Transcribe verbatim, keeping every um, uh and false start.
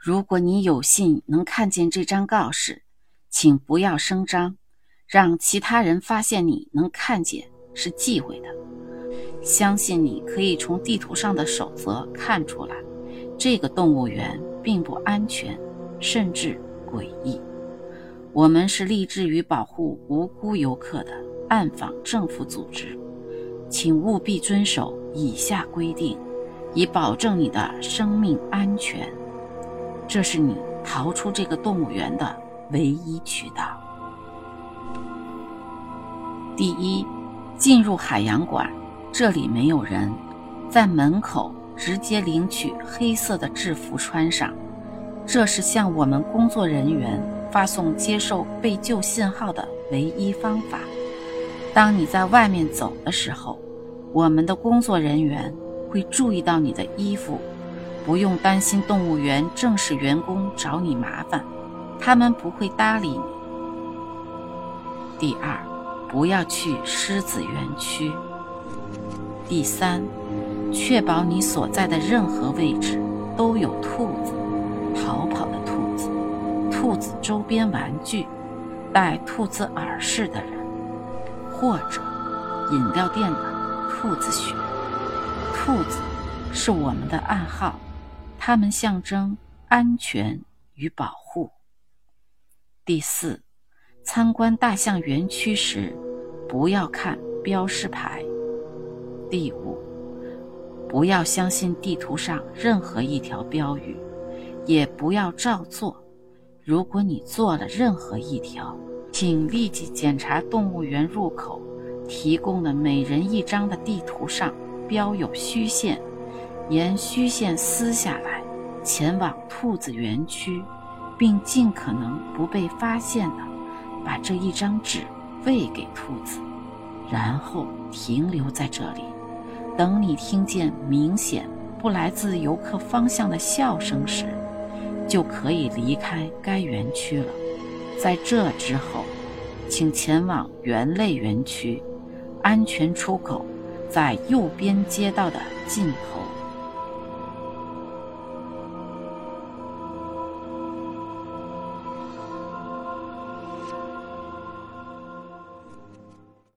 如果你有幸能看见这张告示，请不要声张，让其他人发现你能看见是忌讳的。相信你可以从地图上的守则看出来，这个动物园并不安全，甚至诡异。我们是立志于保护无辜游客的暗访政府组织，请务必遵守以下规定，以保证你的生命安全。这是你逃出这个动物园的唯一渠道。第一，进入海洋馆，这里没有人，在门口直接领取黑色的制服穿上，这是向我们工作人员发送接受被救信号的唯一方法。当你在外面走的时候，我们的工作人员会注意到你的衣服，不用担心动物园正式员工找你麻烦，他们不会搭理你。第二，不要去狮子园区。第三，确保你所在的任何位置都有兔子，逃跑的兔子，兔子周边玩具，戴兔子耳饰的人，或者饮料店的兔子血。兔子是我们的暗号，它们象征安全与保护。第四，参观大象园区时，不要看标识牌。第五，不要相信地图上任何一条标语，也不要照做。如果你做了任何一条，请立即检查动物园入口提供的每人一张的地图上标有虚线，沿虚线撕下来，前往兔子园区，并尽可能不被发现的把这一张纸喂给兔子，然后停留在这里，等你听见明显不来自游客方向的笑声时，就可以离开该园区了。在这之后，请前往猿类园区，安全出口在右边街道的尽头。